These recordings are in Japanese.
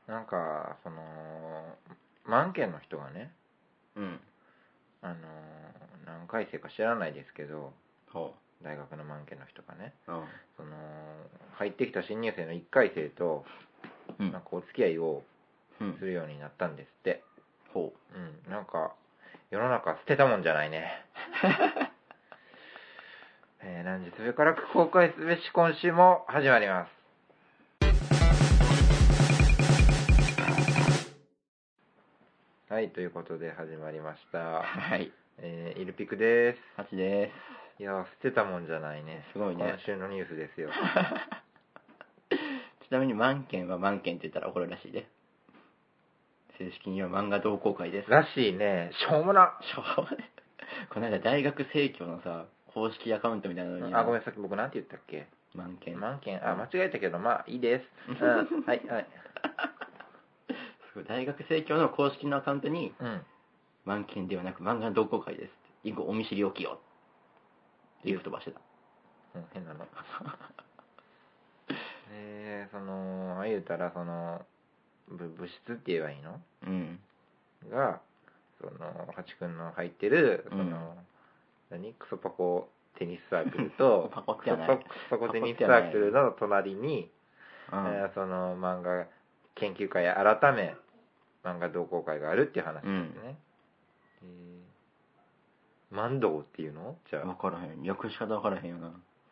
なんか満研の人がね、何回生か知らないですけど、大学の満研の人がね、入ってきた新入生の1回生と、なんかお付き合いをするようになったんですって。なんか世の中捨てたもんじゃないね。何時それから公開すべし今週も始まります。はい、ということで始まりました。 はい。 イルピクです。 ハチです。 いや、捨てたもんじゃないね。 すごいね。 今週のニュースですよ。 ちなみに満研は満研って言ったら怒るらしいで。正式には漫画同好会です。 らしいね。しょうもな。 この間大学生協のさ、公式アカウントみたいなのに。 ごめん、さっき僕なんて言ったっけ？ 満研。 間違えたけど、まあいいです。はい。 大学生協の公式のアカウントに、満研ではなく漫画同好会です。以後お見知りおきよ。っていう言葉してた。 変なの。言うたら物質って言えばいいの？がハチ君の入ってるクソパコテニスサークルとクソパコテニスサークルの隣に漫画研究会改め漫画同好会があるっていう話ですね。万道っていうの？じゃあ分からへん、訳し方分からへんよな。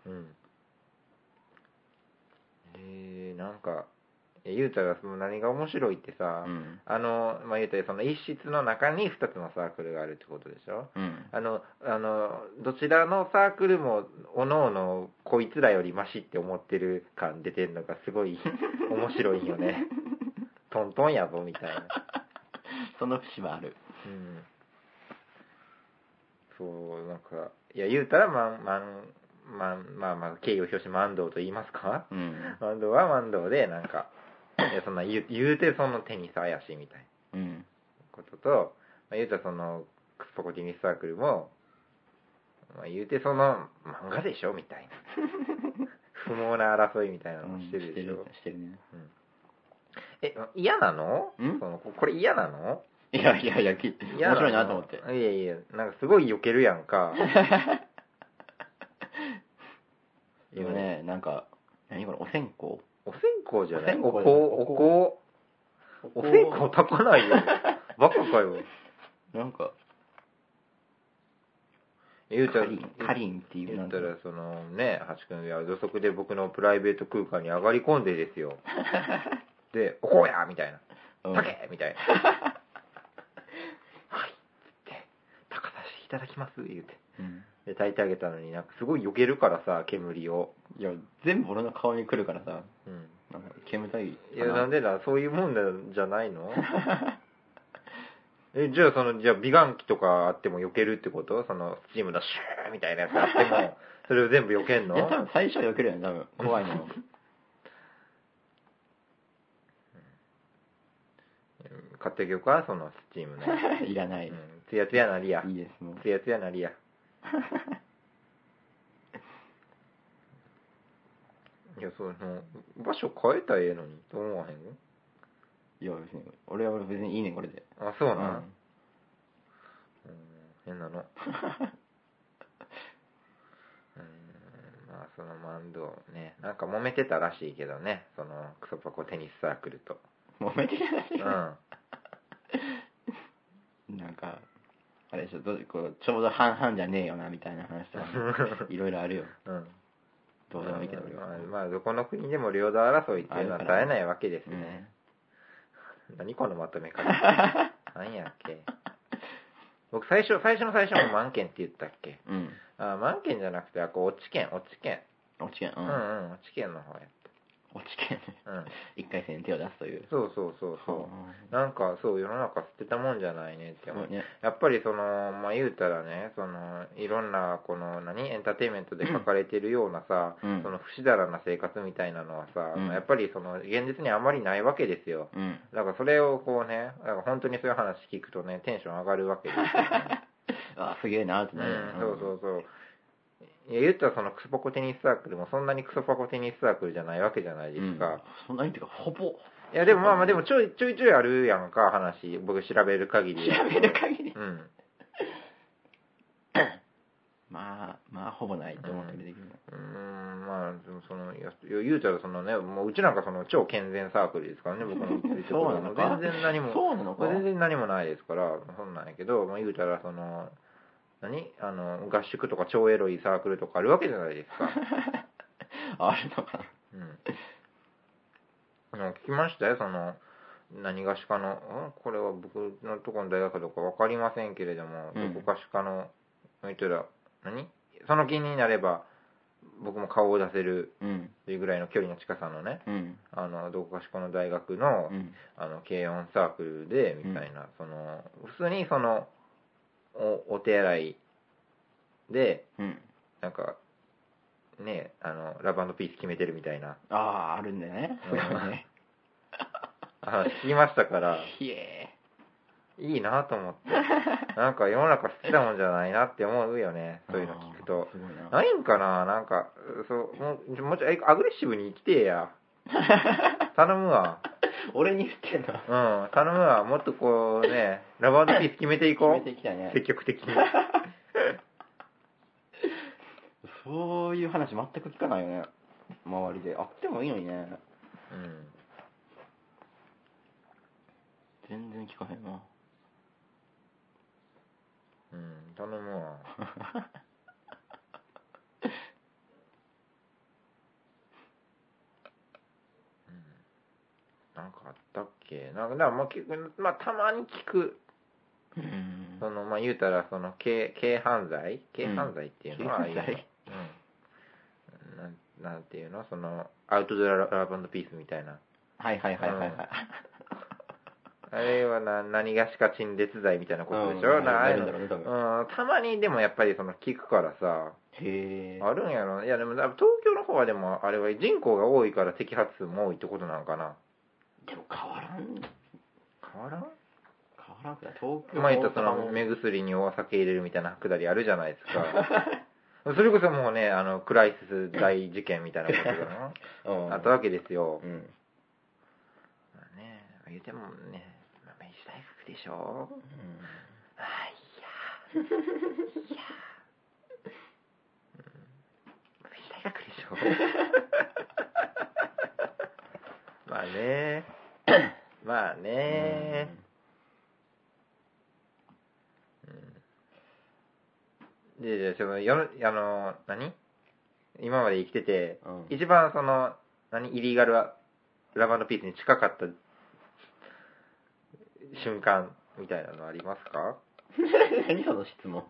なんか言うたら何が面白いってさ、言うたら一室の中に2つのサークルがあるってことでしょ。どちらのサークルもおのおのこいつらよりマシって思ってる感出てるのがすごい面白いよね。トントンやぞみたいな。 その節はある。 そうなんか言うたら敬意を表し万道と言いますか。万道は万道でなんかそんな言うてそのテニス怪しいみたいなことと、言うたらクスポコテニスサークルも、言うてその漫画でしょみたいな不毛な争いみたいなのをしてるでしょ。 してるね。 嫌なの？これ嫌なの？ いや面白いなと思って。 いやなんかすごい避けるやんか。 今ね、なんか何これ、お線香じゃない？お線香炊かないよ。バカかよ。 なんかカリンっていう、 言ったらハチ君は土足で僕のプライベート空間に上がり込んでですよ。で、おこうやみたいな。炊けみたいな。はいっつって炊かさせていただきます言うて。で炊いてあげたのになんかすごい避けるからさ、煙を。 いや全部俺の顔に来るからさ。なんか煙たい。 いやなんでだ、そういうもんじゃないの？じゃあ美顔器とかあっても避けるってこと？スチームのシューみたいなやつあってもそれを全部避けんの？ いや多分最初は避けるよね、多分怖いの。 買ってきようか、そのスチームのいらない。 つやつやなりや。 いいですもん。 つやつやなりや。いや場所変えたらええのにと思わへんの？ いや別に俺は別にいいねんこれで。 あ、そうなの？変なの。万道ね、なんか揉めてたらしいけどね、クソパコテニスサークルと。 揉めてたらしい。なんかあれでしょ、ちょうど半々じゃねえよなみたいな話とかいろいろあるよ。どうでもいいけど俺はどこの国でも領土争いっていうのは絶えないわけですね。何このまとめ方。何やっけ。僕最初も満県って言ったっけ。満県じゃなくて落ち県の方やった。落ち県1回戦に手を出すという。そうなんか世の中捨てたもんじゃないねって思う、やっぱり言うたらね、いろんなエンターテインメントで書かれてるようなさ、不死だらな生活みたいなのはさ、やっぱり現実にあまりないわけですよ。だからそれをだから本当にそういう話聞くとね、テンション上がるわけですよ、ね。 すげえなってなる。 そう言ったらクソパコテニスサークルもそんなにクソパコテニスサークルじゃないわけじゃないですか。 そんなにっていうかほぼいやでもまあまあでもちょいちょいあるやんか話、僕調べる限り。 調べる限り。 うん。 まあほぼないと思ってるできる。 まあでも言うたらそのね、もううちなんかその超健全サークルですからね、僕の言ってるところも全然何も全然何もないですから、そんなんやけど、まあ言うたらその合宿とか超エロいサークルとかあるわけじゃないですか。 あるのかな。 聞きましたよ、何がしかの、これは僕のところの大学かどうか分かりませんけれども、どこかしかの、言ったら、その気になれば、僕も顔を出せるというぐらいの距離の近さのね、どこかしかの大学の、軽音サークルで、みたいな、普通にお手洗いで、なんか、ね、ラブ&ピース決めてるみたいな。 あるんだよね。 聞きましたから、いいなと思って。なんか世の中好きなもんじゃないなって思うよね、そういうの聞くと。ないんかな、なんか、もうちょいアグレッシブに生きてや。頼むわ。 俺に言ってんの？ 頼むわ。もっとこうね、ラブ&ピース決めていこう。 決めていきたいね。 積極的に。 そういう話全く聞かないよね。周りで。あってもいいのにね。全然聞かへんな。 頼むわ。なんかあったっけ？なんかまあたまに聞く。まあ言うたら軽犯罪っていうのは、なんていうの、アウトドアラブ&ピースみたいな。 はい。 あれは何がしか陳列罪みたいなことでしょ。たまにでもやっぱり聞くからさ。あるんやろ。いやでも東京の方はでもあれは人口が多いから摘発数も多いってことなのかな。 でも変わらんくない？東京前言った目薬にお酒入れるみたいなくだりあるじゃないですか。それこそもうね、クライシス大事件みたいなことがあったわけですよ。まあね、言うてもね、明治大学でしょ。明治大学でしょ。まあね。で、今まで生きてて、一番イリーガルラブ&ピースに近かった瞬間みたいなのありますか？ 何その質問。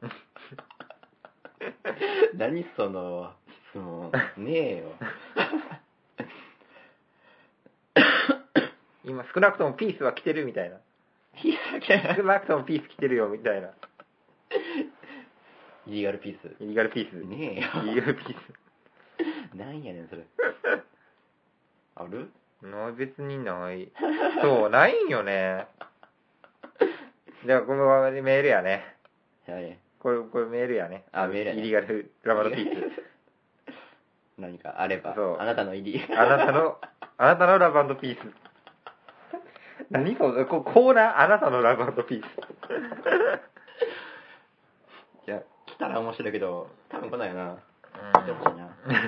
何その質問。ねえよ。 今少なくともピースは来てるみたいな。少なくともピース来てるよみたいな。 イリーガルピース。 イリーガルピース。 ねえよ。 イリーガルピース。なんやねんそれ。ある？ 別にない。そう、ないんよね。じゃあこれはメールやね。 はい。 これメールやね。 メールやね。 イリーガルラブ&ピース。 何かあれば。 そう。 あなたのイリー。 あなたのラブ&ピース。何これコーナー、あなたのラブ&ピース。 いや、来たら面白いけど、多分来ないよな。来てほしいな。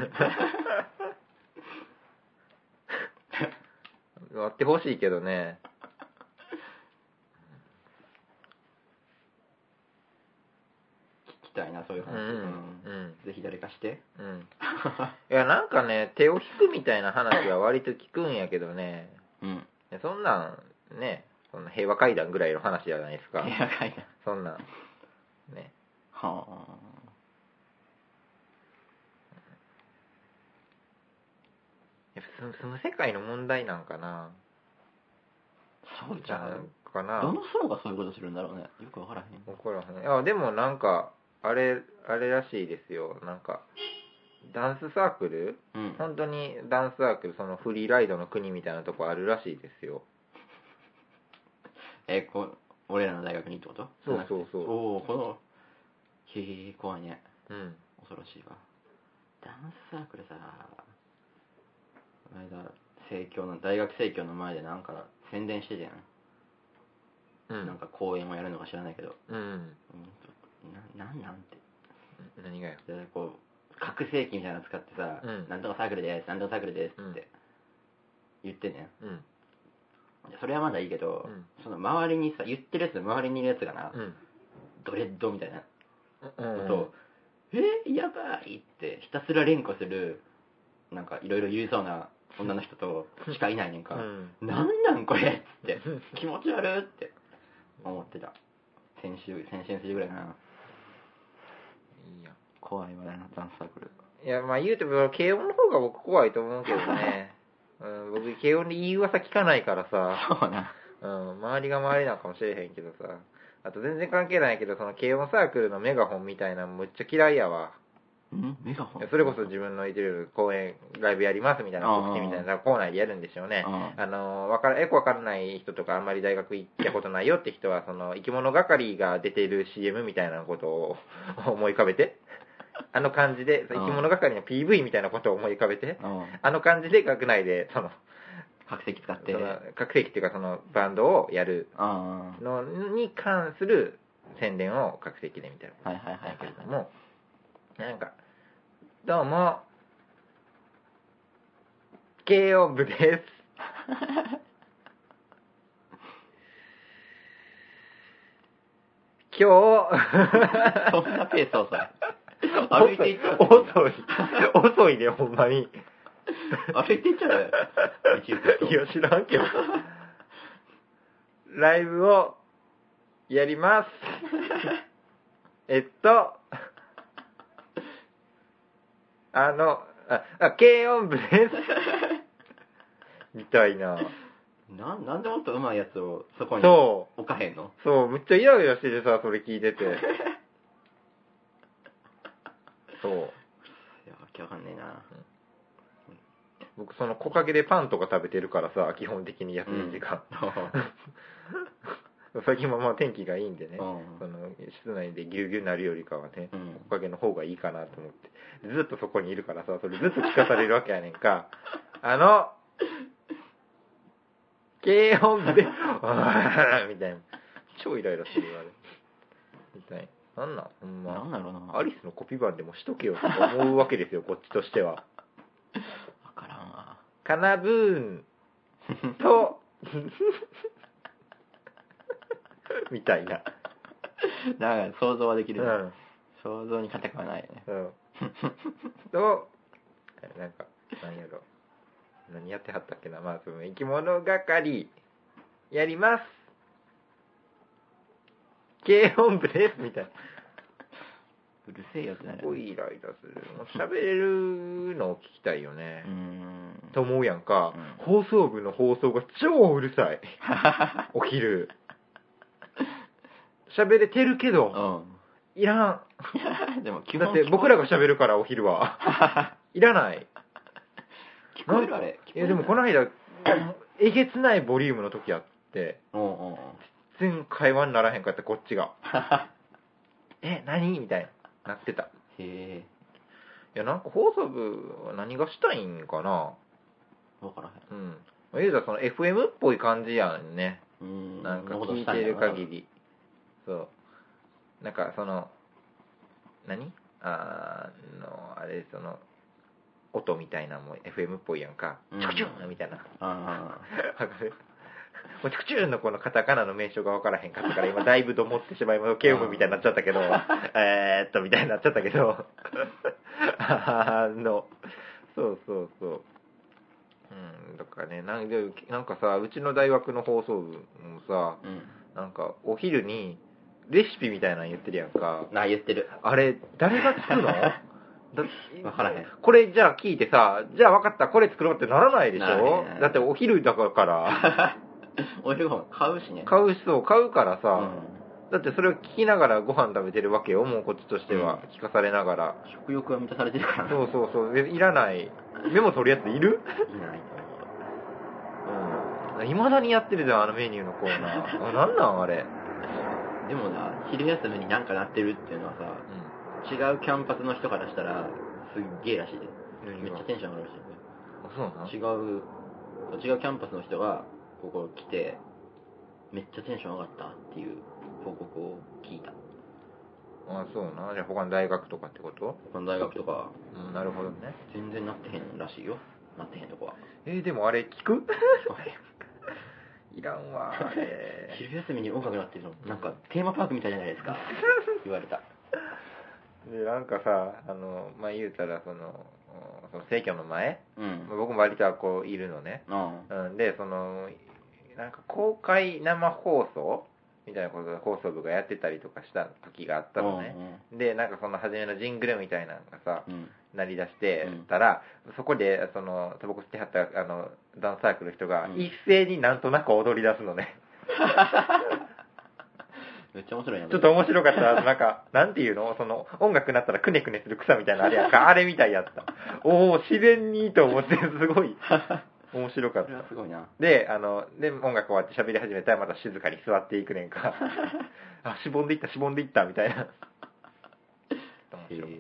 待ってほしいけどね。 聞きたいな、そういう話。ぜひ誰かして。 いや、なんかね、手を引くみたいな話は割と聞くんやけどね。そんなんね、そんな平和会談ぐらいの話じゃないですか。 平和会談。 そんなんね。 はあ。 住む世界の問題なんかな。 そうじゃんかな。 どの層がそういうことするんだろうね。よくわからへん。 わからへん。いや、でもなんかあれらしいですよ。なんかダンスサークル、本当にダンスサークル、フリーライドの国みたいなとこあるらしいですよ。 俺らの大学にってこと？ そう。 おお、怖いね。恐ろしいわ。ダンスサークルさ、この間大学生協の前でなんか宣伝してたやん、なんか講演をやるのか知らないけど、なんて何がよ。 こう拡声器みたいなの使ってさ、なんとかサークルですなんとかサークルですって言ってね、それはまだいいけど、その周りにさ、言ってるやつの周りにいるやつがな、ドレッドみたいなことを、やばいってひたすら連呼する、なんかいろいろ言いそうな女の人としかいないねんか、なんなんこれって気持ち悪いって思ってた。先週ぐらいかな。いや怖いわな、ダンスサークル。 いや、まあ言うても軽音の方が僕怖いと思うけどね。僕軽音で言い噂聞かないからさ。 そうな。 周りが周りなんかもしれへんけどさ。あと全然関係ないけど、その軽音サークルのメガホンみたいなのむっちゃ嫌いやわ。 メガホン？ それこそ自分の言ってる公演、ライブやりますみたいな告知みたいな校内でやるんでしょうね。よくわからない人とかあんまり大学行ったことないよって人は、その生き物係が出ている CM みたいなことを思い浮かべて、あの感じで、生き物係の PV みたいなことを思い浮かべて、あの感じで学内で、その、 拡声器使って。 拡声器っていうかそのバンドをやるのに関する宣伝を拡声器でみたいな。けれども、なんか、どうも、軽音部です。今日、 そんなペース遅い。歩いていっちゃう。遅いね、ほんまに。 歩いていっちゃう。 いや、知らんけど。ライブをやります。軽音部です。みたいな。 なんでもっと上手いやつをそこに置かへんの？ そう、むっちゃイライラしててさ、それ聞いてて。そう。いや、 わけわかんねえな。 僕、その木陰でパンとか食べてるからさ、基本的に休み時間。最近もまあ天気がいいんでね、その室内でギュウギュウになるよりかはね、木陰の方がいいかなと思って、ずっとそこにいるからさ、それずっと聞かされるわけやねんか。軽音部で、みたいな。超イライラするあれ。みたいな。なんなんほんま。 なんだろうな。 アリスのコピー版でもしとけよと思うわけですよ、こっちとしては。 わからんわ。 カナブーンと、みたいな。 なんか想像はできる、想像に勝てかはないよね。 と、なんか、なんやろ。何やってはったっけな。まあ、その生き物係、やります。軽音部です。みたいな。 うるせえよってなる。 すごいイライラする。喋れるのを聞きたいよね。と思うやんか。放送部の放送が超うるさい。お昼。喋れてるけど、いらん。 でもだって僕らが喋るからお昼は。いらない。 聞こえるあれ。 でもこの間、えげつないボリュームの時あって、全然会話にならへんかったこっちが。何みたいな。なってた。 へえ。 いや、なんか放送部は何がしたいんかな。 わからへん。 言うたらその FM っぽい感じやんね。なんか聞いてる限り。そう。なんかその、あれ、その、音みたいなのも FM っぽいやんか。チクチューンみたいな。チクチューンのこのカタカナの名称が分からへんかったから、今だいぶどもってしまいます。ケウムみたいになっちゃったけど、みたいになっちゃったけど、そうそうそう。だからね、なんかさ、うちの大学の放送部もさ、なんかお昼にレシピみたいなの言ってるやんか。 言ってる。 あれ、誰が作るの？ わからへん。 これじゃあ聞いてさ、じゃあ分かった、これ作ろうってならないでしょ？だってお昼だから。 お昼ご飯買うしね。 買うからさ、だってそれを聞きながらご飯食べてるわけよ、もうこっちとしては。聞かされながら。 食欲は満たされてるから。 そう。いらない。メモ取るやついる？ いないと思う。未だにやってるじゃん、あのメニューのコーナー。なんなんあれ。 でもな、昼休みになんかなってるっていうのはさ、違うキャンパスの人からしたらすっげえらしいで。めっちゃテンション上がるらしいね。 そうなの？ 違う違うキャンパスの人がここ来てめっちゃテンション上がったっていう報告を聞いた。 あ、そうな。じゃあ他の大学とかってこと？ 他の大学とか、 なるほどね。 全然なってへんらしいよ。なってへんとこは。 でもあれ聞く？いらんわあれ。 昼休みに音楽なってるのなんかテーマパークみたいじゃないですか言われた。 でなんかさ、まあ言うたらその生協の前、僕も割とこういるのね。でなんか公開生放送みたいなことで放送部がやってたりとかした時があったのね。でなんかその初めのジングルみたいなのがさ、鳴り出してたら、そこでタバコ吸ってはったダンスサークルの人が一斉になんとなく踊り出すのね。 めっちゃ面白いな。 ちょっと面白かった。なんかなんていうの、音楽になったらクネクネする草みたいなあれやんか、あれみたいやった。おお、自然にと思ってすごい面白かった。 すごいな。 で音楽終わって喋り始めたらまた静かに座っていくねんか。あ、しぼんでいったみたいな。面白い。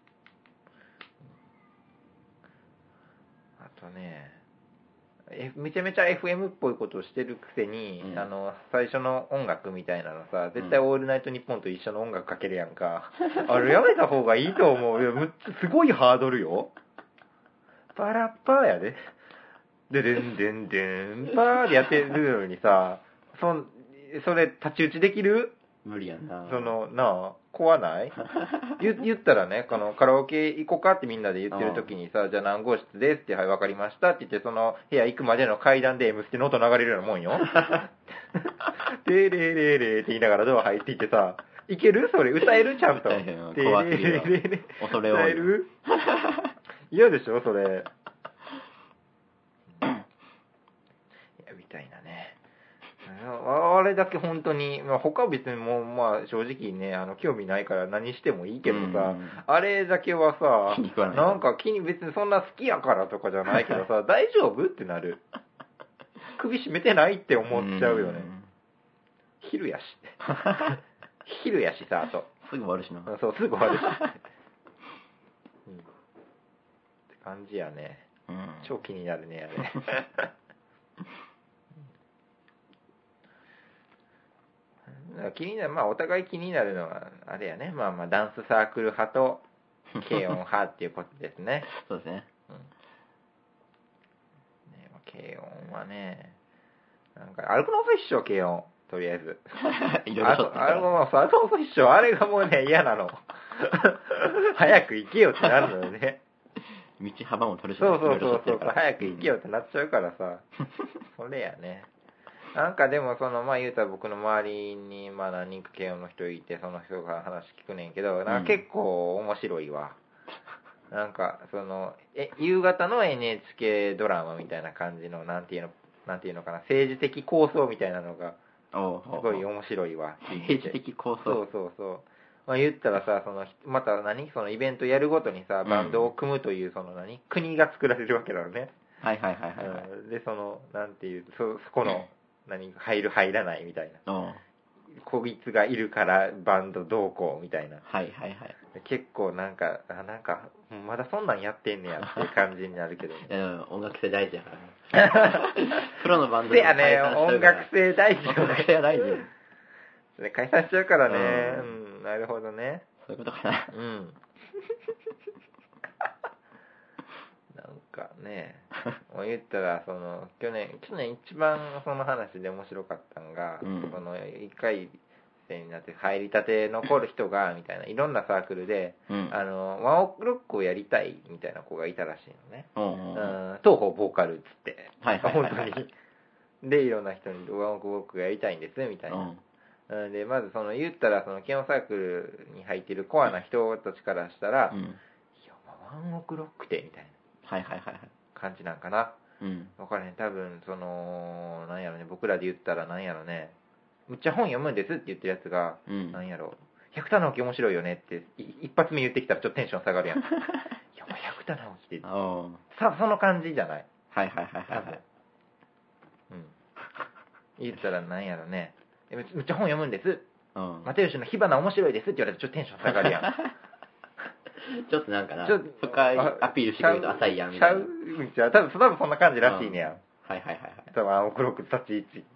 あとね、めちゃめちゃ FM っぽいことをしてるくせに、最初の音楽みたいなのさ、絶対オールナイトニッポンと一緒の音楽かけるやんか。あれやめた方がいいと思うよ。すごいハードルよ。パラッパーやで。ででんでんでんパーでやってるのにさ、それ太刀打ちできる？ 無理やんな。 怖ない言ったらね、カラオケ行こうかってみんなで言ってる時にさ、じゃあ何号室ですって、はい、わかりましたって言って、その部屋行くまでの階段で M ステの音流れるようなもんよ。テレレレって言いながらドア入っていってさ、いける？それ歌える？ちゃんと。テレレレ。 恐れ多い。 歌える？嫌でしょそれ。みたいなね。あれだけ本当に、他は別にもうまあ正直ね、興味ないから何してもいいけどさ、あれだけはさ、なんか別にそんな好きやからとかじゃないけどさ、大丈夫ってなる。首絞めてないって思っちゃうよね。昼やし。昼やしさ、あと。 すぐ終わるしな。 そう、すぐ終わるし。って感じやね。超気になるね、あれ。お互い気になるのはあれやね、まあダンスサークル派と軽音派っていうことですね。 そうですね。 軽音はね、なんか歩くの遅いっしょ、軽音とりあえず。 いろいろちょっと歩くの遅いっしょ、あれがもうね嫌なの。早く行けよってなるのよね。 道幅も取るし、 そう早く行けよってなっちゃうからさ。それやね。なんかでもまあ言うたら僕の周りに何人か軽音の人いて、その人が話聞くねんけど、なんか結構面白いわ。なんか夕方の NHK ドラマみたいな感じのなんていうのかな、政治的構想みたいなのがすごい面白いわ。 政治的構想。 そう。まあ言ったらさ、またイベントやるごとにさ、バンドを組むという国が作られるわけだよね。 はい。 でなんていうそこの入る入らないみたいな、こいつがいるからバンドどうこうみたいな、 はい結構なんかまだそんなんやってんねやって感じになるけどね。音楽性大事やからプロのバンドでやね、音楽性大事。 音楽性は大事で解散しちゃうからね。なるほどね。 そういうことかな。 なんかね、もう言ったら去年一番その話で面白かったのが、1回生になって入りたて残る人がみたいないろんなサークルで、ワンオクロックをやりたいみたいな子がいたらしいのね。東方ボーカルっつって、本当に。でいろんな人にワンオクロックがやりたいんですみたいな。でまず言ったら軽音サークルに入ってるコアな人たちからしたら、いやワンオクロックってみたいな。感じなんかな。分からへん。多分なんやろね、僕らで言ったらなんやろね、むっちゃ本読むんですって言ってるやつが、なんやろ、百田直樹面白いよねって一発目言ってきたらちょっとテンション下がるやん。いやもう百田直樹ってその感じじゃない。言ったらなんやろね、むっちゃ本読むんです、又吉の火花面白いですって言われたらちょっとテンション下がるやん。 ちょっとなんかな、深いアピールしてくると浅いやんみたいな。 多分そんな感じらしいねや。 はいはいはいはい。 多分青黒く立ち位置。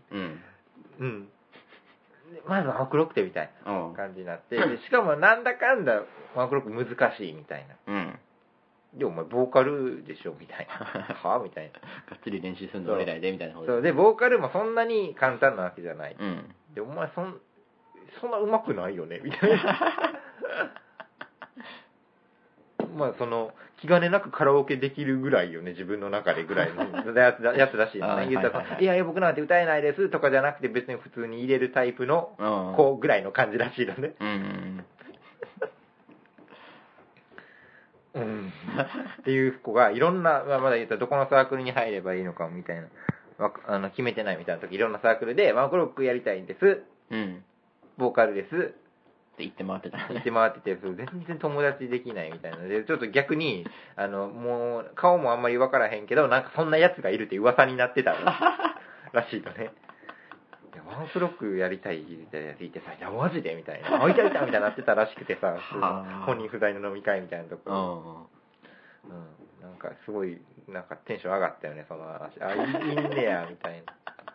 まず青黒くてみたいな感じになって、でしかもなんだかんだ青黒く難しいみたいな。でお前ボーカルでしょみたいな。はみたいな。 がっつり練習するの俺らでみたいな。 そうでボーカルもそんなに簡単なわけじゃない。でお前そんな上手くないよねみたいな。まあその気兼ねなくカラオケできるぐらいよね、自分の中でぐらいのやつらしいのね。言ったら、いや僕なんて歌えないですとかじゃなくて、別に普通に入れるタイプの子ぐらいの感じらしいのね。っていう子がいろんな、まだ言ったらどこのサークルに入ればいいのかみたいな、決めてないみたいな時、いろんなサークルでワンクロックやりたいんです、ボーカルですって言って回ってた、 言って回ってて、全然友達できないみたいなので、ちょっと逆にもう顔もあんまり分からへんけど、なんかそんなやつがいるって噂になってたらしいのね。ワンクロックやりたいって言ってさ、いやマジでみたいな、いたみたいになってたらしくてさ、本人不在の飲み会みたいなとこ、なんかすごいなんかテンション上がったよね、その話。いいねやみたいな。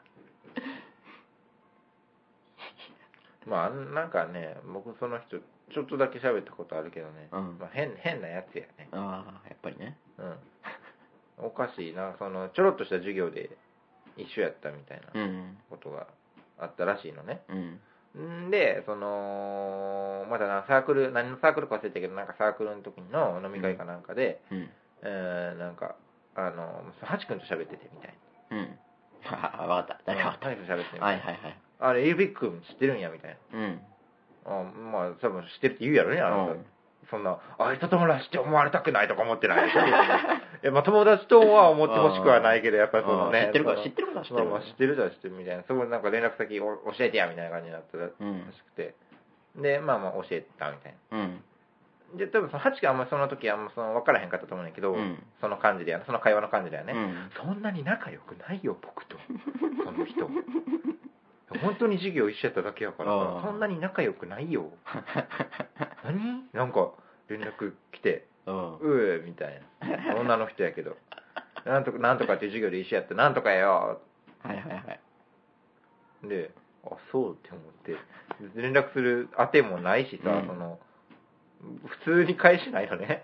まあなんかね、僕その人ちょっとだけ喋ったことあるけどね、まあ、変なやつやね。 やっぱりね。 おかしいな、そのちょろっとした授業で一緒やったみたいなことがあったらしいのね。で、そのまたサークル、何のサークルか忘れたけど、なんかサークルの時の飲み会かなんかで、なんかハチ君と喋っててみたいな。分かった。誰か。 ハチ君と喋ってて。 はいはいはい。 あれ、エイビック知ってるんやみたいな。まあ多分知ってるって言うやろね、あなた。そんな、あいつと友達って思われたくないとか思ってないでしょ。いや、まあ友達とは思ってほしくはないけど、やっぱりそのね、 知ってることは知ってる。 まあ知ってるじゃ知ってるみたいな。そこなんか連絡先教えてやみたいな感じになったらしくて。で、まあ教えたみたいな。で、多分そのハチ君あんまその時あんまその分からへんかったと思うんだけど、その感じでその会話の感じだよね。そんなに仲良くないよ、僕と。その人。本当に授業一緒やっただけやからさ、そんなに仲良くないよ。何なんか連絡来て、みたいな。女の人やけど。なんとかっていう授業で一緒やった、なんとかよ。で、あ、そうって思って、連絡する当てもないしさ、その、普通に返しないのね。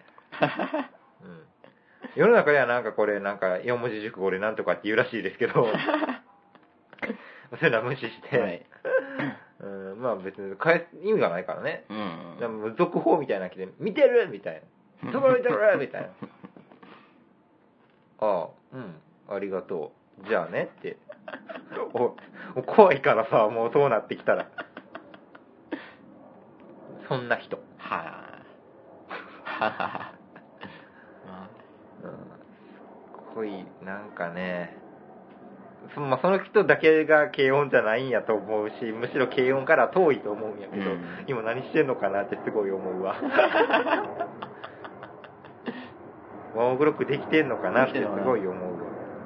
世の中ではなんかこれ、なんか4文字熟語でなんとかって言うらしいですけど、そういうのは無視して、まあ別に返す意味がないからね。でも続報みたいなの来て、見てるみたいな。届いてるみたいな。ありがとう。じゃあねって。怖いからさ、もうそうなってきたら。そんな人。すごい、なんかね、その人だけが軽音じゃないんやと思うし、むしろ軽音から遠いと思うんやけど、今何してんのかなってすごい思うわ。ワンオクロックできてんのかなってすごい思うわ。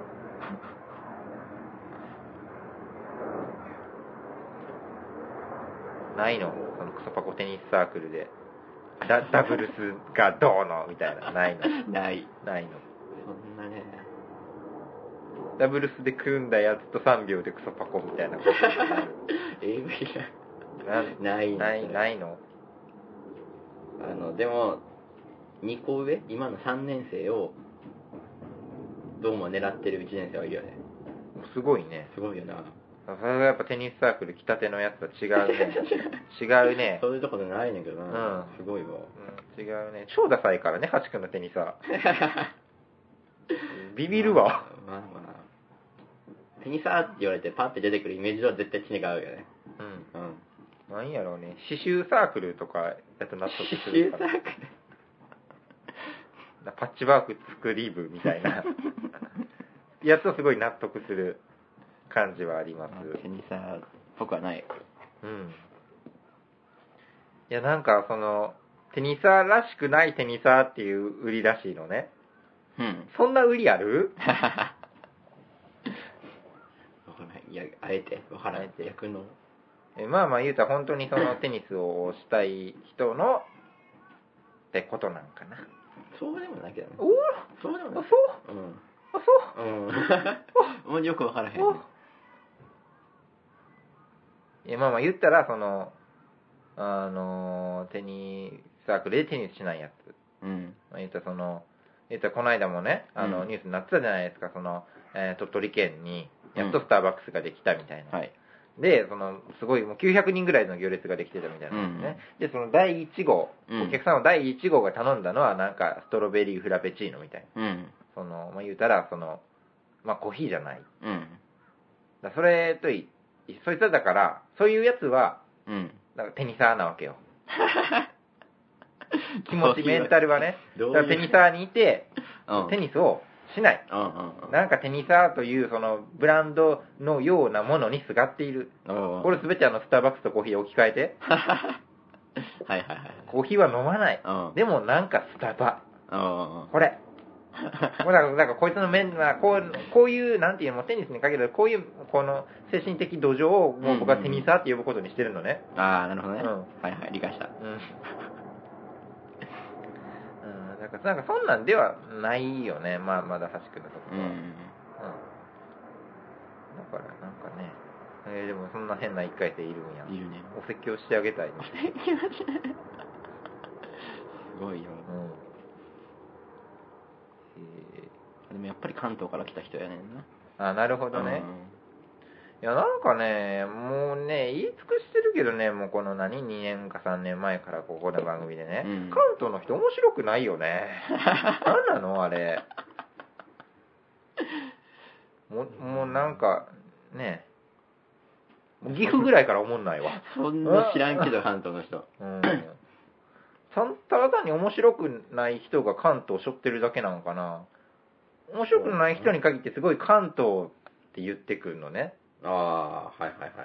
ないの、そのクソパコテニスサークルでダブルスがどうのみたいな。ないの。 ないの。 そんなね。 ダブルスで組んだやつと3秒でクソパコみたいなこと。 AV ないの。 でも2個上、今の3年生をどうも狙ってる1年生はいるよね。 すごいね。 すごいよな。 それがやっぱテニスサークル来たてのやつは違うね。違うね。 そういうところないねんけどな。すごいわ。 違うね。超ダサいからね、ハチ君のテニスは。ビビるわ。 まあテニサーって言われてパッて出てくるイメージは絶対違うよね。 なんやろうね。刺繍サークルとかやと納得する。 刺繍サークルパッチワーク作り部みたいなやつをすごい納得する感じはあります。 テニサーっぽくはない。 いやなんかそのテニサーらしくないテニサーっていう売りらしいのね。そんな売りある？ いや、あえて分からない。逆のまあ言うたら本当にそのテニスをしたい人のってことなんかな。 そうでもないけどね。 そうでもない。 そうもうよく分からへんね。 いや、まあまあ言ったら、テニスサークルでテニスしないやつ。まあ言ったらこの間もね、ニュースになってたじゃないですか、鳥取県に、やっとスターバックスができたみたいな。で、すごい、もう900人ぐらいの行列ができてたみたいなんですね。で、その第1号、お客さんの第1号が頼んだのは、なんか、ストロベリーフラペチーノみたいな。まあ言うたら、まあコーヒーじゃない。だそれとそいつはだから、そういうやつは、だからテニサーなわけよ。気持ち、メンタルはね。だからテニサーにいて、テニスをしない。なんかテニサーというそのブランドのようなものにすがっている。これすべてスターバックスとコーヒーを置き換えて。コーヒーは飲まない。でもなんかスタバ。これ。だからこいつの面はこういうなんていうのテニスに限らずこういうこの精神的土壌をもう僕はテニサーって呼ぶことにしてるのね。 ああ、なるほどね。理解した。 なんかそんなんではないよね。まあまだ橋君のところは。だからなんかね、でもそんな変な一回生いるんや。 いるね。 お説教してあげたいね。 すごいよ。でもやっぱり関東から来た人やねんな。なるほどね。いやなんかね、もうね、言い尽くしてるけどね、もうこの2年か3年前からここの番組でね、関東の人面白くないよね。なんなのあれ。もうなんか、ね、岐阜ぐらいから思んないわ。 そんな知らんけど、関東の人。 ただ単に面白くない人が関東を背負ってるだけなのかな。面白くない人に限ってすごい関東って言ってくるのね。 はい。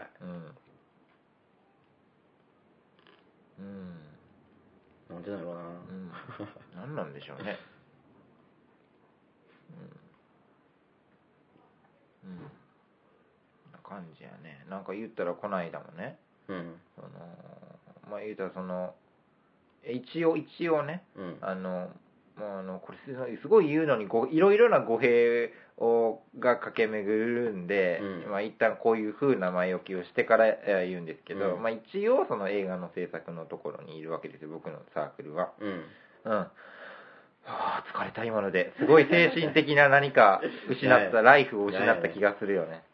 なんでだろうな。 なんなんでしょうね。な感じやね。なんか言ったらこの間もね。まあ言うたら一応ね。これすごい言うのにいろいろな語弊が駆け巡るんで、まあ一旦こういう風な前置きをしてから言うんですけど、まあ一応その映画の制作のところにいるわけですよ、僕のサークルは。疲れた今ので。すごい精神的な何かライフを失った気がするよね。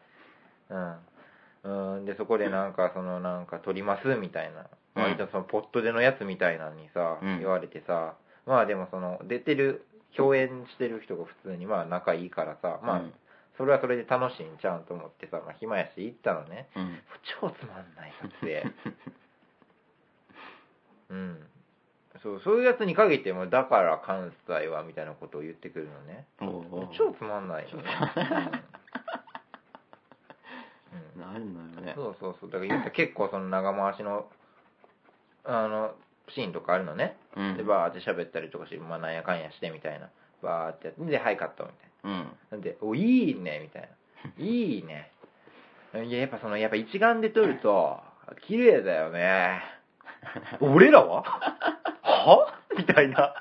で、そこでなんか撮りますみたいな。割とポットでのやつみたいなのにさ、言われてさ、まあでも共演してる人が普通にまあ仲いいからさ、まあ、それはそれで楽しいんちゃうんと思ってさ、まあ暇やし行ったのね。超つまんない撮影。そういうやつに限っても、だから関西はみたいなことを言ってくるのね。超つまんないよね。 なんだよね。 そう。だから結構長回しの、シーンとかあるのね。で、バーって喋ったりとかして、まあなんやかんやしてみたいな。バーってやって、で、はい、カットみたいな。なんで、いいね、みたいな。いいね。いや、やっぱ一眼で撮ると、綺麗だよね。俺らははみたいな。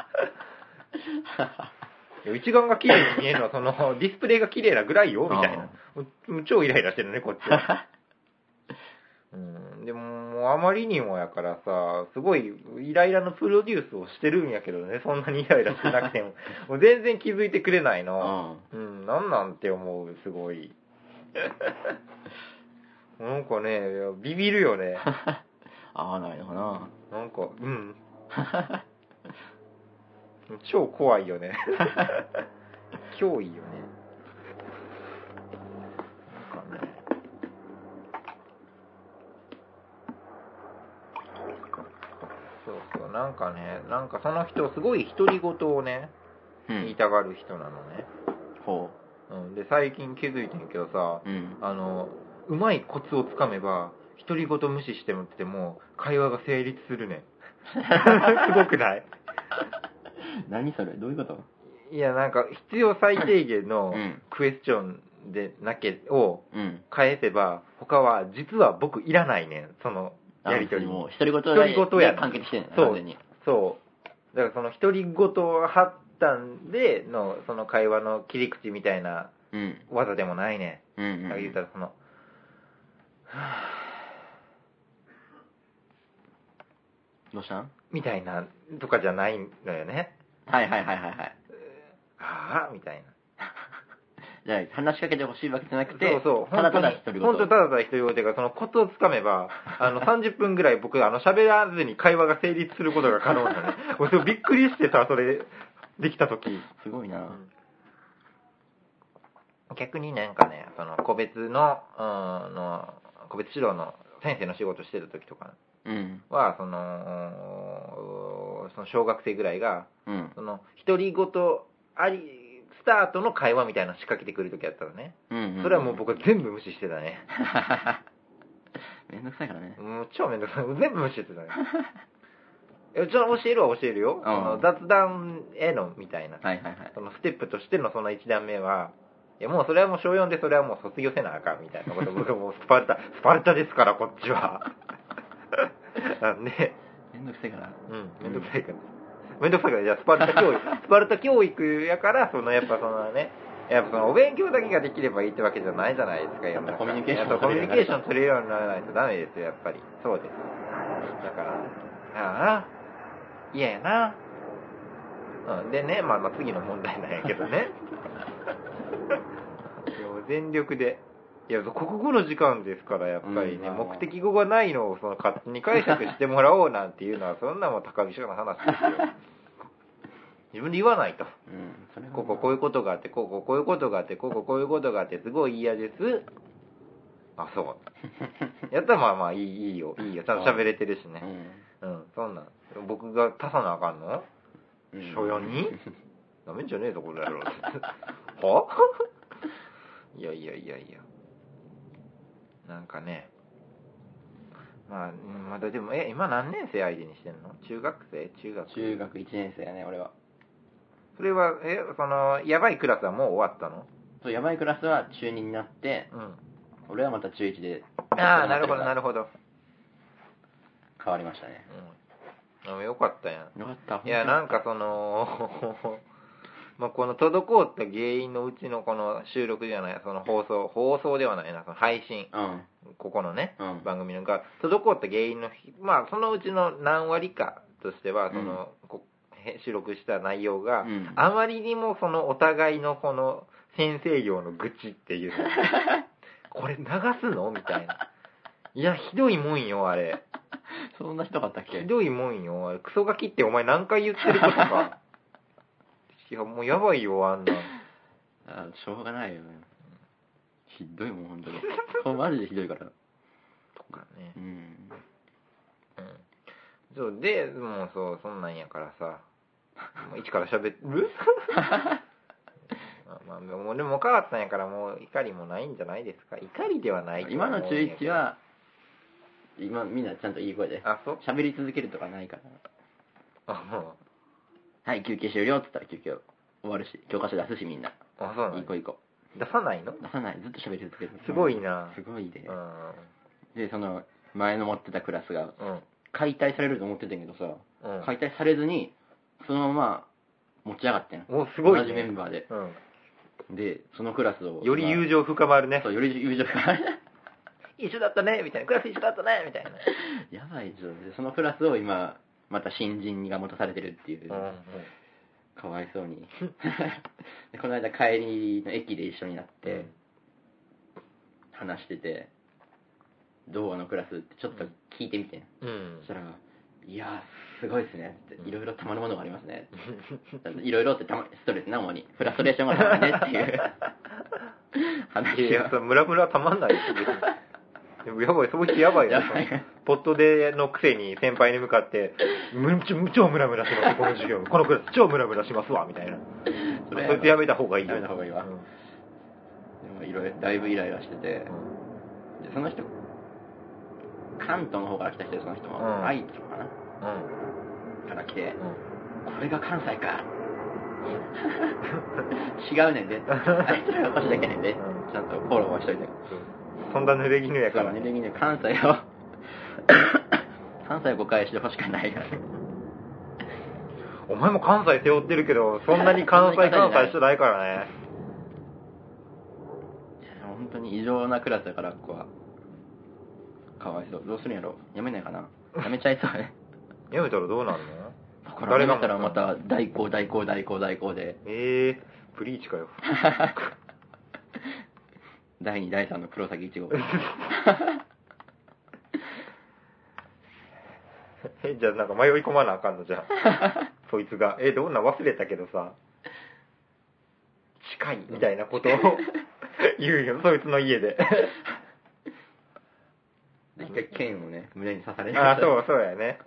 一眼が綺麗に見えるのは、ディスプレイが綺麗なぐらいよ、みたいな。超イライラしてるね、こっちは。でも、あまりにもやからさ、すごいイライラのプロデュースをしてるんやけどね、そんなにイライラしてなくても。もう全然気づいてくれないの。なんなんて思う、すごい。なんかね、ビビるよね。 合わないのかな。 なんか、超怖いよね。脅威よね。なんかね。そうなんかね、なんかその人すごい独り言をね、言いたがる人なのね。で最近気づいてんけどさ、うまいコツをつかめば独り言無視しても会話が成立するねん。すごくない？ 何それ？どういうこと？ いやなんか必要最低限のクエスチョンでを返せば、他は実は僕いらないねん、そのやりとりも。 独り言や完結してんの。 そう。だから独り言を張っ端でのその会話の切り口みたいな技でもないね。だから言ったらその、 どうしたんみたいなとかじゃないのよね。 はい。 ああみたいな。 じゃあ話しかけてほしいわけじゃなくて、 そうただただ独り言。 本当ただただ独り言というか、そのコツをつかめば、30分ぐらい僕、喋らずに会話が成立することが可能なのね。俺びっくりしてさ、それ、できたとき。 すごいな。 逆になんかね、その個別の、個別指導の先生の仕事してた時とかは、その小学生ぐらいが、その独り言スタートの会話みたいなの仕掛けてくる時あったのね。それはもう僕は全部無視してたね。 めんどくさいからね。 もう超めんどくさい。全部無視してたね。教えるは教えるよ。雑談へのみたいな。そのステップとしてのその1段目は、いやもうそれはもう小4でそれはもう卒業せなあかんみたいなこと僕はもうスパルタですからこっちは。なんでめんどくさいから。 めんどくさいから。じゃあスパルタ教育やからそのやっぱそのね。やっぱそのお勉強だけができればいいってわけじゃないじゃないですか。やっぱコミュニケーション取れるようにならないとダメですよやっぱり。そうです。だから嫌やな。でね、まあ次の問題なんやけどね。全力で。いや、国語の時間ですから、やっぱりね、目的語がないのをその勝手に解釈してもらおうなんていうのは、そんなもん高飛車な話ですよ。自分で言わないと。ここういうことがあって、こういうことがあって、こういうことがあって、すごい嫌です。あ、そう。やったらまあいいよ。ちゃんと喋れてるしね。そんなん。僕が足さなあかんの小4にダメじゃねえぞ、これやろ。はいや。なんかね。まだでも、今何年生相手にしてんの？中学 1年生やね、俺は。 それは、その、やばいクラスはもう終わったの？ そう、やばいクラスは中2になって、俺はまた中1で。 なるほど。 変わりましたね。 よかったやん。 よかった。 いや、なんかその、この滞った原因のうちのこの収録じゃない、その放送ではないな、その配信、ここのね、番組のが、滞った原因の、そのうちの何割かとしては、その、収録した内容が、あまりにもそのお互いのこの先生業の愚痴っていうのこれ流すのみたいな。いや、ひどいもんよ、あれ。 そんなひどかったっけ？ ひどいもんよ、あれ。クソガキってお前何回言ってることか。いや、もうやばいよ、あんな。 しょうがないよね。ひどいもん、ほんとに。マジでひどいから。 とかね。そうで、もうそう、そんなんやからさ。もう一から喋るもうでも変わったんやからもう怒りもないんじゃないですか。怒りではない。 今の中1は今みんなちゃんといい声で喋り続けるとかないから。はい休憩終了っつったら休憩終わるし教科書出すしみんな。 そうなん。 いい子出さないの？ 出さない。ずっと喋り続ける。 すごいな。 すごいで。でその前の持ってたクラスが解体されると思ってたんやけどさ、解体されずにそのまま持ち上がってん。 すごい、 同じメンバーで。で、そのクラスを。 より友情深まるね。 そう、より友情深まる。 一緒だったねみたいな。クラス一緒だったねみたいな。 やばいでしょ。で、そのクラスを今、また新人が持たされてるっていう。かわいそうに。でこの間帰りの駅で一緒になって、話してて、どうあのクラスってちょっと聞いてみて。そしたら、いやーすごいですねって、いろいろたまるものがありますね。いろいろってストレスな主にフラストレーションがたまるねっていう話。 いやムラムラたまんないですでもやばい、そうやばいよ。ポットでのくせに先輩に向かって超ムラムラしますこの授業、このクラス超ムラムラしますわみたいな。そいつやめた方がいいよ。 やめた方がいいわ。でもいろいろだいぶイライラしてて、でその人関東の方から来た人で、その人も愛知かな、から来て、これが関西か違うねんであいつらが腰だけねんで、ちゃんとフォローはしといて。 そんな濡れ衣やから濡れ衣関西を誤解してほしくないから。 お前も関西背負ってるけど、そんなに関西してないからね。 本当に異常なクラスだから、ここは。かわいそう。どうするんやろ。やめないかな。やめちゃいそうね。 やめたらどうなるの？ 誰がやめたらまた代行で。 ブリーチかよ。 第2、第3の黒崎一号。 じゃあなんか迷い込まなあかんのじゃあ。そいつが。どんな忘れたけどさ。近いみたいなことを言うよ、そいつの家で。 一回剣をね、胸に刺される。 そうやね。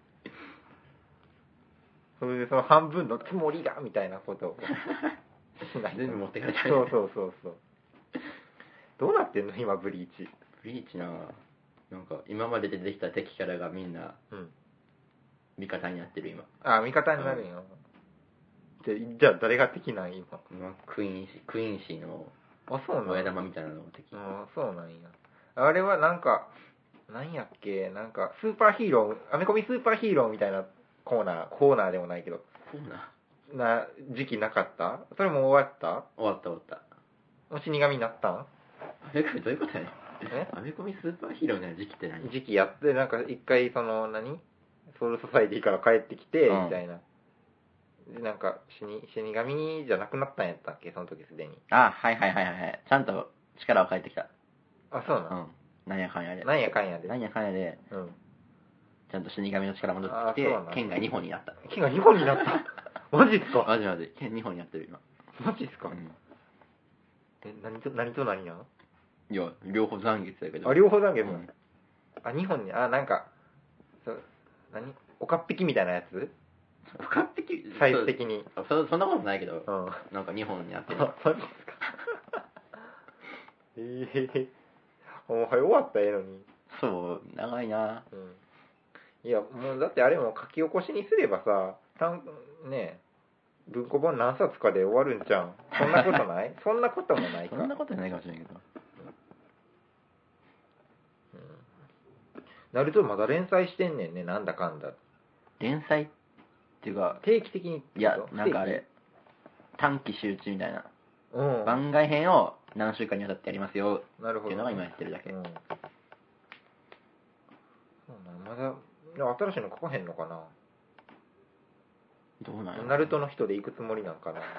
それでその半分のつもりがみたいなことを全部持ってかれちゃう。そうどうなってんの今ブリーチ。 ブリーチな、なんか今まで出てきた敵キャラがみんな味方になってる今。 味方になるよ。じゃあ誰が敵なん今。 クイーンシーの親玉みたいなのが敵。 そうなんや。あれはなんかなんやっけ、なんかスーパーヒーロー、アメコミスーパーヒーローみたいなコーナーでもないけど、な時期なかった？それも終わった？ 終わった。 もう死神になったん？ アメコミどういうことやねん。アメコミスーパーヒーローみたいな時期って何？ 時期やって、なんか一回そのソウルソサイティから帰ってきて、みたいな。で、なんか死神じゃなくなったんやったっけ、その時すでに。 はい。ちゃんと力は返ってきた。 そうなの？ なんやかんやで。ちゃんと死神の力戻ってきて、剣が2本になった。 剣が2本になった？マジっすか？ マジ。剣2本になってる今。 マジっすか？何と何や？ いや、両方残月だけど。 両方残月なの？2本に、なんか、おかっぴきみたいなやつ？ おかっぴき？ サイズ的に。 そんなことないけど、なんか2本になってる。 マジっすか？もう終わったらええのに。 そう、長いな。 いや、もうだってあれも書き起こしにすればさ、文庫本何冊かで終わるんじゃん。そんなことない？そんなこともないか。 そんなことないかもしれないけど。 ナルトまだ連載してんねんね、なんだかんだ。 連載っていうか、 定期的に。 いや、なんかあれ、短期集中みたいな。番外編を何週間にわたってやりますよっていうのが今やってるだけ。 まだ新しいの書かへんのかな。 どうなんやろ。 ナルトの人で行くつもりなんかな。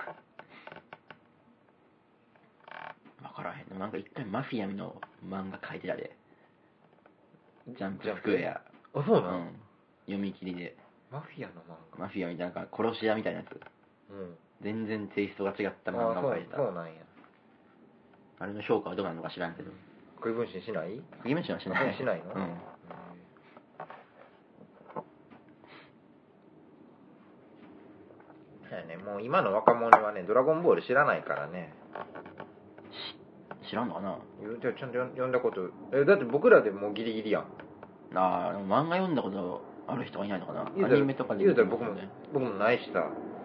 分からへん。なんか一回マフィアの漫画書いてたで。ジャンプスクエア。 そうなの？ 読み切りで。 マフィアの漫画？ マフィアみたいな、殺し屋みたいなやつ。全然テイストが違った漫画を書いてた。 そうなんや。 あれの評価はどうなのか知らんけど。 食い分身しない？ 食い分身はしない。 しないの？もう今の若者はね、ドラゴンボール知らないからね。 知らんのかな？ ちゃんと読んだこと、だって僕らでもうギリギリやん。 漫画読んだことある人はいないのかな？アニメとかで言うたら僕もないしさ。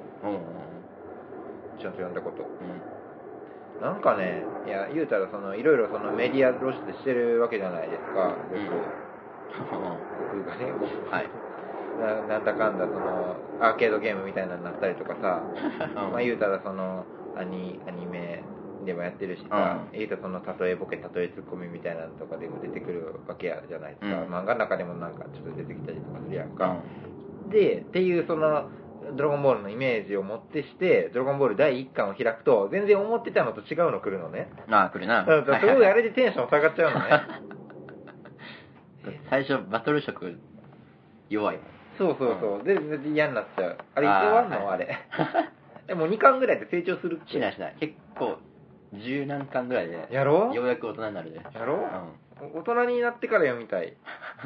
ちゃんと読んだこと。なんかね、いや、言うたらいろいろメディア露出してるわけじゃないですか、僕がね、なんだかんだアーケードゲームみたいなのになったりとかさ、言うたらアニメでもやってるしさ、言うたら例えボケ例えツッコミみたいなのとかでも出てくるわけじゃないですか、漫画の中でもなんかちょっと出てきたりとかするやんか、でっていうドラゴンボールのイメージを持ってして、ドラゴンボール第1巻を開くと、全然思ってたのと違うの来るのね。 来るな。 すごいあれでテンション下がっちゃうのね。 最初、バトル色弱い。 そう。で、嫌になっちゃう。あれ、いつ終わんの？あれ。でも2巻ぐらいで成長するっけ？ しない。結構、10何巻ぐらいで。 やろう？ ようやく大人になるで。 やろう？大人になってから読みたい。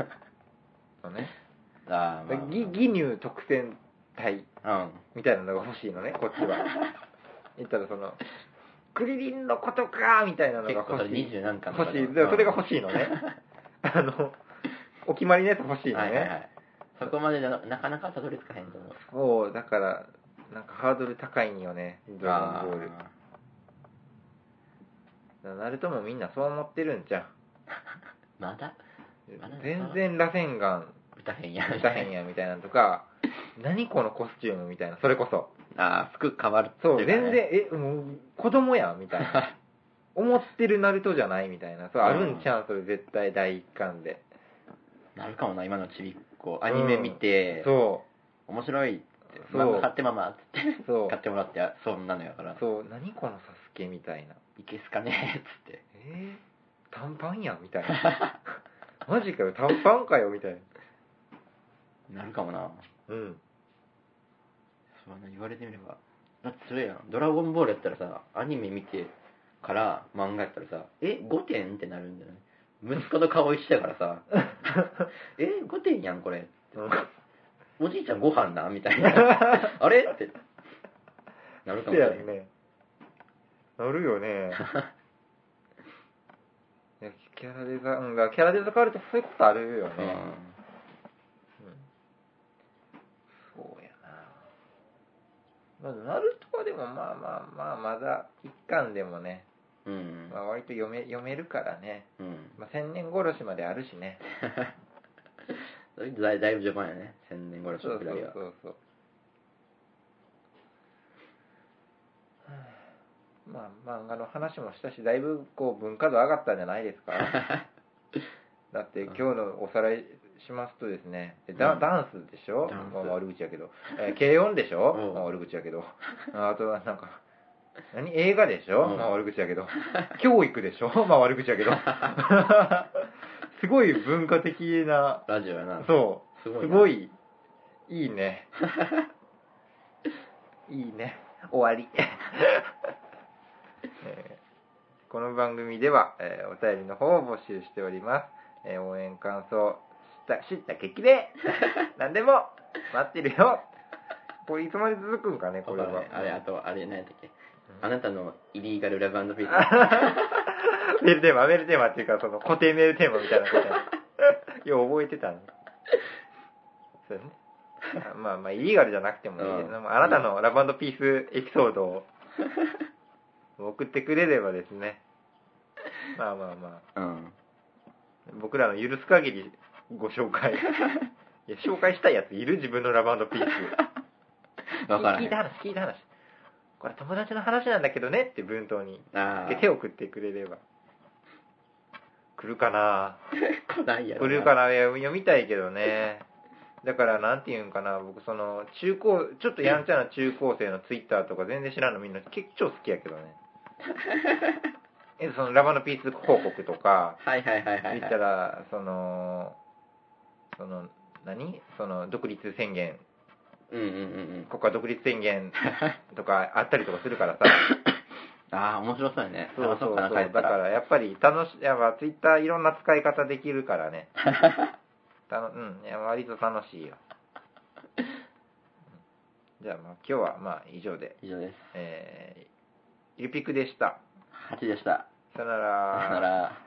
義乳特選体みたいなのが欲しいのね、こっちは。言ったらクリリンのことかみたいなのが欲しい。 20何巻欲しい。それが欲しいのね。お決まりのやつ欲しいのね。 そこまでなかなかたどり着かへんと思う。 そう、だから、なんかハードル高いんよね、ドラゴンボール。ナルトもみんなそう思ってるんじゃん。 まだ全然螺旋丸歌へんやみたいなのとか、 何このコスチュームみたいな、それこそ。 ああ、服変わるっていうか、ね、そう、全然、もう、子供やん、みたいな。思ってるナルトじゃないみたいな。そう、あるんちゃう、それ絶対第一巻で。 なるかもな、今のちびっこ。アニメ見て、 そう。 面白いって、ママ買ってママって、買ってもらって、そんなのやから。 そう、何このサスケみたいな。 いけすかねっつって。 短パンやんみたいな。マジかよ、短パンかよみたいな。なるかもな。 うん。 そうな、言われてみれば。だってそれやん。ドラゴンボールやったらさ、アニメ見てから漫画やったらさ、5点ってなるんじゃない？息子と顔一緒やからさ、5点やんこれ。おじいちゃんご飯なみたいな。あれってなるかもしれない。 ね。なるよね。いやキャラデザキャラデザ変わるとそういうことあるよね。そうやな。まずナルトはでもまだ一巻でもね、割と読めるからね。千年殺しまであるしね。 だいぶ序盤やね、千年殺しのくらいは。 そう。漫画の話もしたし、だいぶこう文化度上がったんじゃないですか。だって今日のおさらいしますとですね、ダンスでしょ、悪口やけど、軽音でしょ、悪口やけど、あとはなんか映画でしょ、悪口やけど、教育でしょ、悪口やけど、すごい文化的なラジオやな。 そう、すごいいいね。いいね。終わり。この番組では、お便りの方を募集しております。応援感想、知った激励何でも待ってるよ。これいつまで続くんかね、これは。 あれ何やったっけ、あなたのイリーガルラブ&ピース。メールテーマっていうか、その固定メールテーマみたいなことよう覚えてたね。そうね。イリーガルじゃなくてもいいです。あなたのラブ&ピースエピソードを送ってくれればですね、僕らの許す限りご紹介。いや、紹介したいやついる？自分のラブ&ピース。聞いた話。これ友達の話なんだけどねって文頭に手を送ってくれれば。来るかな？来るかな？読みたいけどね。だからなんていうんかな、僕そのちょっとやんちゃな中高生のツイッターとか全然知らんのみんな結構好きやけどね。そのラバのピース広告とか、言ったらその独立宣言、国家独立宣言とかあったりとかするからさ。 ああ、面白そうやね。 そうだからやっぱりツイッターいろんな使い方できるからね。割と楽しいよ。じゃあ今日は以上で。 以上です。 ゆぴくでした。 8でした。 さよなら。